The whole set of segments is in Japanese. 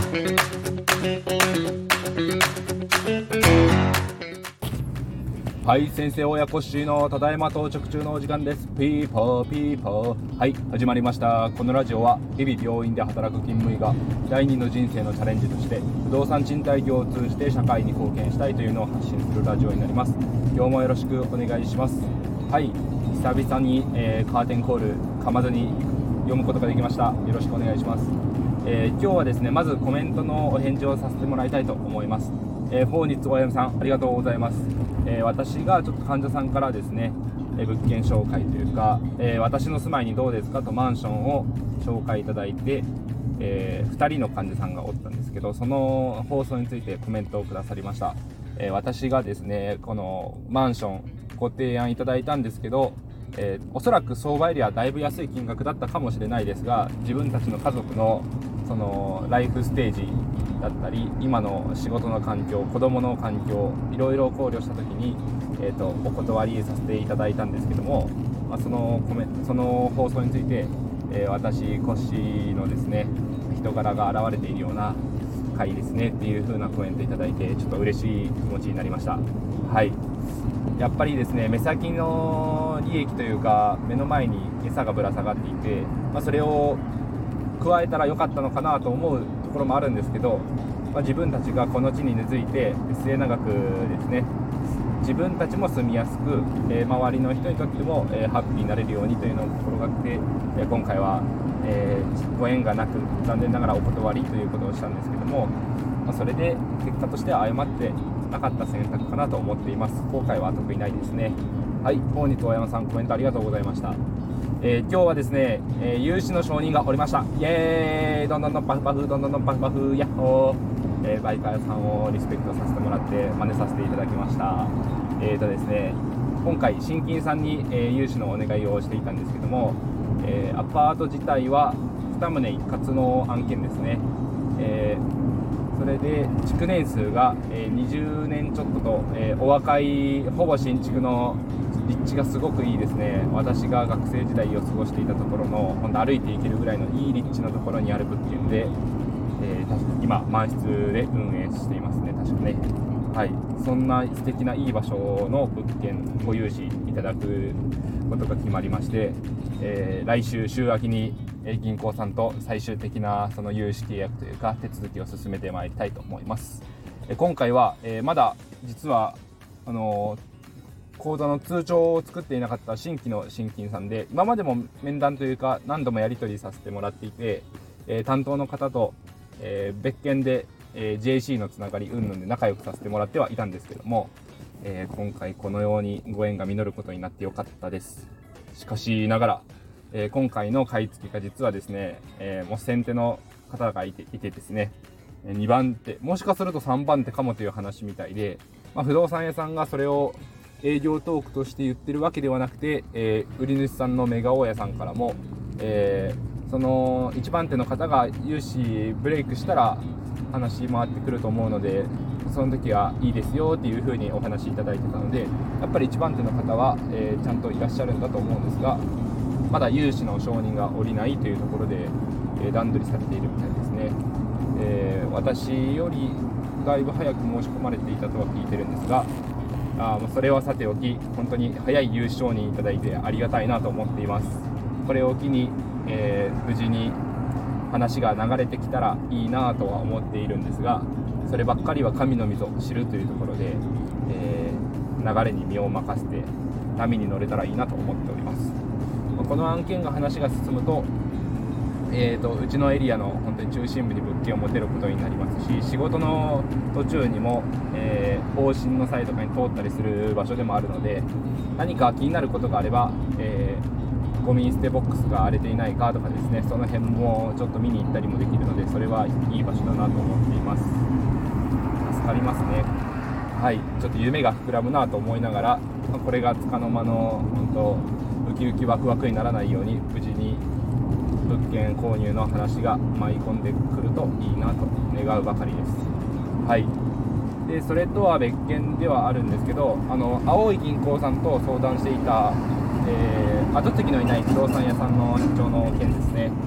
はい、先生親子氏のただいま到着中のお時間です。ピーポーピーポー。はい、始まりました。このラジオは日々病院で働く勤務医が第二の人生のチャレンジとして不動産賃貸業を通じて社会に貢献したいというのを発信するラジオになります。今日もよろしくお願いします。はい、久々に、カーテンコール噛まずに読むことができました。よろしくお願いします。今日はですね、まずコメントのお返事をさせてもらいたいと思います。本日大山さんありがとうございます。私がちょっと患者さんからですね、物件紹介というか、私の住まいにどうですかとマンションを紹介いただいて、2人の患者さんがおったんですけど、その放送についてコメントをくださりました。私がですね、このマンションご提案いただいたんですけど、おそらく相場よりはだいぶ安い金額だったかもしれないですが、自分たちの家族のそのライフステージだったり、今の仕事の環境、子供の環境、いろいろ考慮したときに、お断りさせていただいたんですけども、その放送について、私コッシーのですね人柄が現れているような回ですねっていう風なコメントいただいて、ちょっと嬉しい気持ちになりました。はい、やっぱりですね、目先の利益というか目の前に餌がぶら下がっていて、それを加えたらよかったのかなと思うところもあるんですけど、自分たちがこの地に根付いて末永くですね、自分たちも住みやすく、周りの人にとっても、ハッピーになれるようにというのを心がけて、今回は、ご縁がなく残念ながらお断りということをしたんですけども、それで結果としては誤ってなかった選択かなと思っています。後悔は特にないですね。はい、本日大山さんコメントありがとうございました。今日はですね、有志の承認がおりました。イエーイ、どんどんどんパフパフ、どんどんどんパフパフ、ヤッホー。バイカーさんをリスペクトさせてもらって真似させていただきました。ですね、今回新金さんに、融資のお願いをしていたんですけども、アパート自体は2棟一括の案件ですね。それで築年数が、20年ちょっとと、お若いほぼ新築の立地がすごくいいですね。私が学生時代を過ごしていたところのほんと歩いて行けるぐらいのいい立地のところにある物件で、今満室で運営していますね、確かね。はい、そんな素敵ないい場所の物件ご融資いただくことが決まりまして、来週週明けに銀行さんと最終的なその融資契約というか手続きを進めてまいりたいと思います。今回は、まだ実は口座の通帳を作っていなかった新規の新金さんで、今までも面談というか何度もやり取りさせてもらっていて、担当の方と別件で、JC のつながり云々で仲良くさせてもらってはいたんですけども、今回このようにご縁が実ることになってよかったです。しかしながら、今回の買い付けが実はですね、もう先手の方がいてですね、2番手もしかすると3番手かもという話みたいで、不動産屋さんがそれを営業トークとして言ってるわけではなくて、売り主さんのメガ大家さんからも、その1番手の方が融資ブレイクしたら話回ってくると思うので、その時はいいですよっていう風にお話いただいてたので、やっぱり1番手の方は、ちゃんといらっしゃるんだと思うんですが、まだ融資の承認が下りないというところで、段取りされているみたいですね。私よりだいぶ早く申し込まれていたとは聞いてるんですが、それはさておき、本当に早い融資承認いただいてありがたいなと思っています。これを機に、無事に話が流れてきたらいいなとは思っているんですが、そればっかりは神のみぞ知るというところで、流れに身を任せて波に乗れたらいいなと思っております。この案件が話が進むと、うちのエリアの本当に中心部に物件を持てることになりますし、仕事の途中にも、往診の際とかに通ったりする場所でもあるので、何か気になることがあれば、ゴミ捨てボックスが荒れていないかとかですね、その辺もちょっと見に行ったりもできるので、それはいい場所だなと思っています。助かりますね。はい、ちょっと夢が膨らむなと思いながら、これがつかの間の本当ウキウキワクワクにならないように、無事に物件購入の話が舞い込んでくるといいなと願うばかりです。はい。でそれとは別件ではあるんですけど、青い銀行さんと相談していた、後継ぎのいない不動産屋さんの社長の件ですね。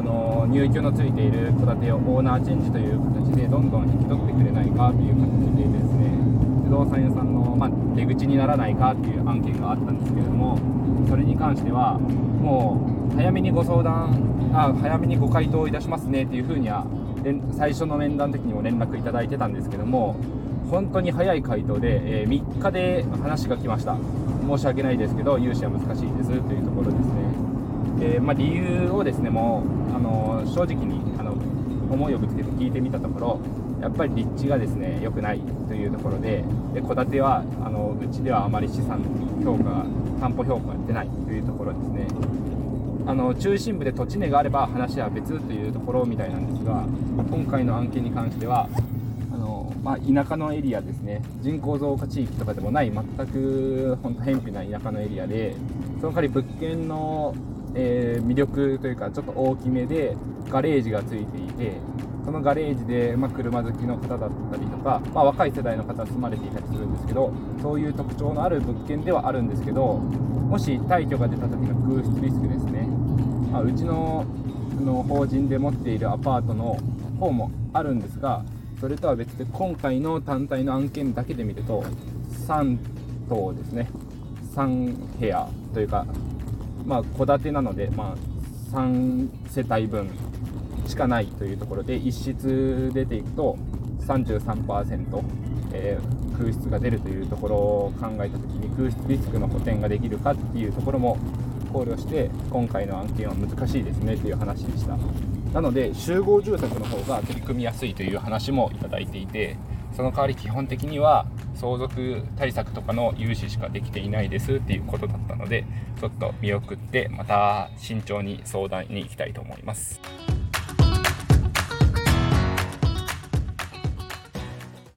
入居のついている戸建てをオーナーチェンジという形でどんどん引き取ってくれないかという形でですね、不動産屋さんの、出口にならないかという案件があったんですけれども、それに関してはもう早めにご回答いたしますねというふうには最初の面談の時にも連絡いただいてたんですけども、本当に早い回答で、3日で話が来ました。申し訳ないですけど融資は難しいですというところですね。理由をですね、もう正直に思いをぶつけて聞いてみたところ、やっぱり立地がですね良くないというところで、戸建てはうちではあまり資産評価担保評価が出ないというところですね。中心部で土地値があれば話は別というところみたいなんですが、今回の案件に関しては田舎のエリアですね、人口増加地域とかでもない全く本当偏僻な田舎のエリアで、その代わり物件の、魅力というかちょっと大きめでガレージがついていて、そのガレージで、車好きの方だったりとか、若い世代の方住まれていたりするんですけど、そういう特徴のある物件ではあるんですけど、もし退去が出た時の空室リスクですね、うちの法人で持っているアパートの方もあるんですが、それとは別で今回の単体の案件だけで見ると3棟ですね、3部屋というか、戸建てなので、3世帯分しかないというところで、一室出ていくと 33%、空室が出るというところを考えたときに、空室リスクの補填ができるかっていうところも考慮して、今回の案件は難しいですねという話でした。なので集合住宅の方が取り組みやすいという話もいただいていて、その代わり基本的には相続対策とかの融資しかできていないですっていうことだったので、ちょっと見送ってまた慎重に相談に行きたいと思います。